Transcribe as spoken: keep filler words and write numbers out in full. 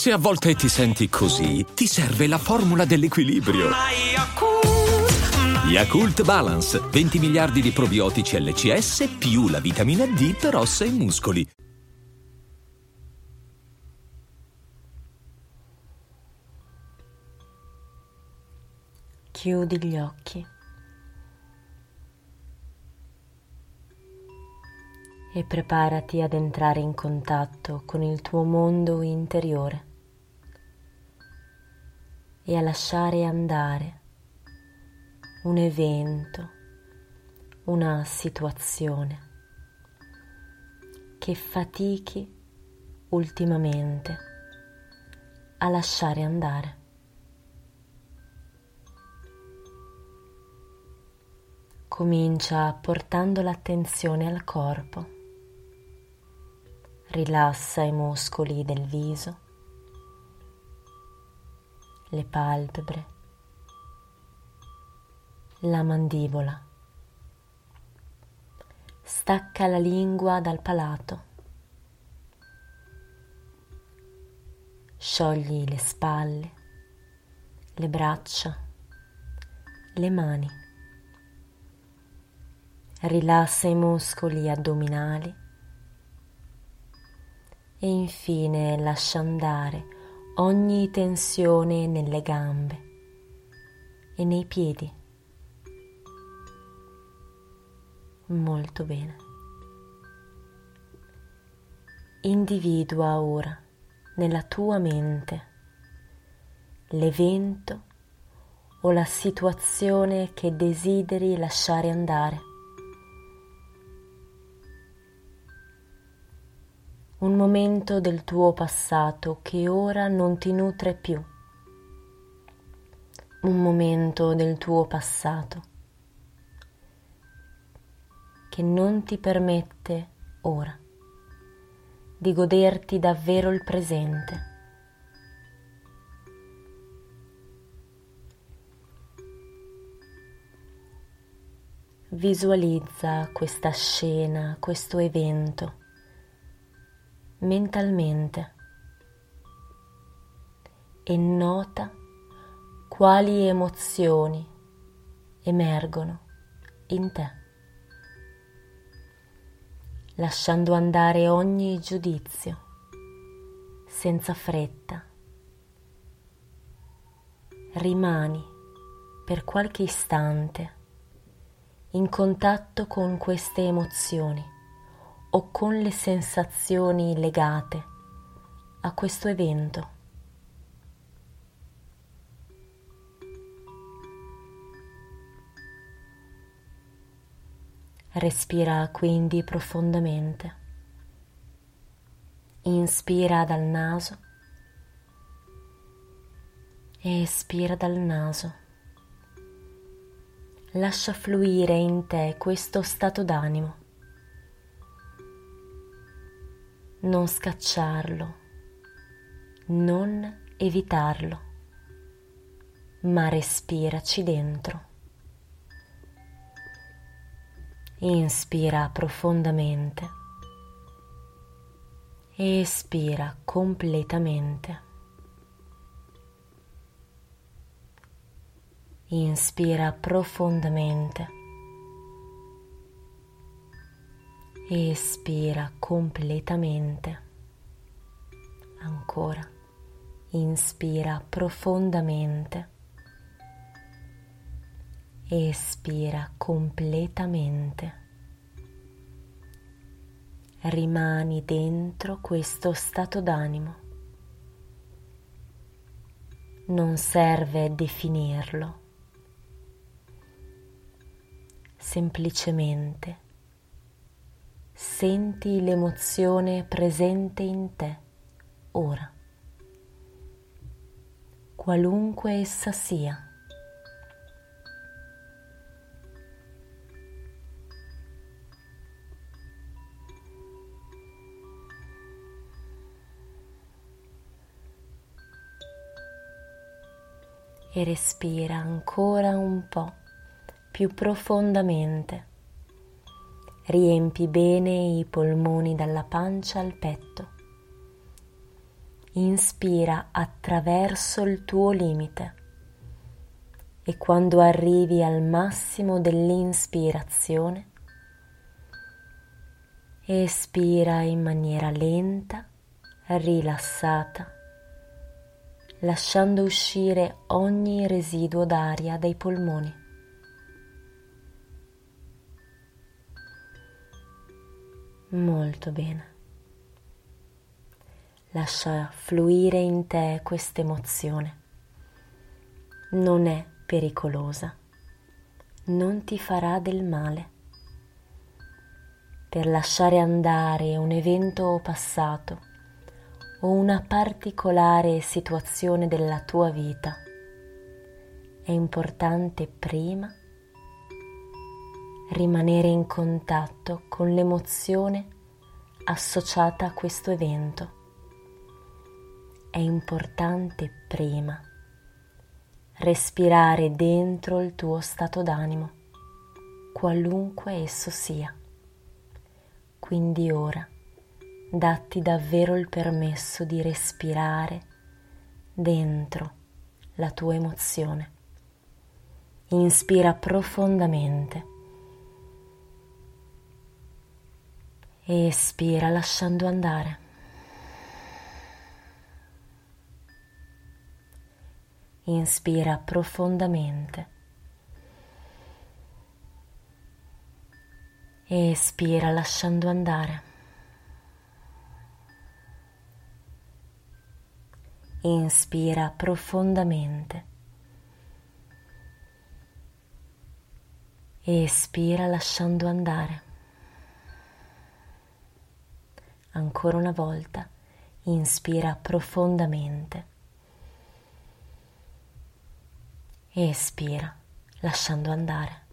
Se a volte ti senti così, ti serve la formula dell'equilibrio. Yakult Balance, venti miliardi di probiotici L C S più la vitamina D per ossa e muscoli. Chiudi gli occhi e preparati ad entrare in contatto con il tuo mondo interiore e a lasciare andare un evento, una situazione che fatichi ultimamente a lasciare andare. Comincia portando l'attenzione al corpo. Rilassa i muscoli del viso, le palpebre, la mandibola. Stacca la lingua dal palato. Sciogli le spalle, le braccia, le mani. Rilassa i muscoli addominali e infine lascia andare ogni tensione nelle gambe e nei piedi. Molto bene. Individua ora nella tua mente l'evento o la situazione che desideri lasciare andare. Un momento del tuo passato che ora non ti nutre più. Un momento del tuo passato che non ti permette ora di goderti davvero il presente. Visualizza questa scena, questo evento mentalmente e nota quali emozioni emergono in te, lasciando andare ogni giudizio senza fretta. Rimani per qualche istante in contatto con queste emozioni o con le sensazioni legate a questo evento. Respira quindi profondamente. Inspira dal naso e espira dal naso. Lascia fluire in te questo stato d'animo. Non scacciarlo, non evitarlo, ma respiraci dentro. Inspira profondamente e espira completamente. Inspira profondamente e espira completamente. Ancora. Inspira profondamente e espira completamente. Rimani dentro questo stato d'animo. Non serve definirlo. Semplicemente senti l'emozione presente in te ora, qualunque essa sia. E respira ancora un po' più profondamente. Riempi bene i polmoni dalla pancia al petto. inspira attraverso il tuo limite e quando arrivi al massimo dell'inspirazione, espira in maniera lenta, rilassata, lasciando uscire ogni residuo d'aria dai polmoni. Molto bene. Lascia fluire in te questa emozione. Non è pericolosa, non ti farà del male. Per lasciare andare un evento passato o una particolare situazione della tua vita, è importante prima rimanere in contatto con l'emozione associata a questo evento. È importante prima respirare dentro il tuo stato d'animo, qualunque esso sia. Quindi ora datti davvero il permesso di respirare dentro la tua emozione. Inspira profondamente e espira lasciando andare. Inspira profondamente e espira lasciando andare. Inspira profondamente e espira lasciando andare. Ancora una volta, inspira profondamente e espira lasciando andare.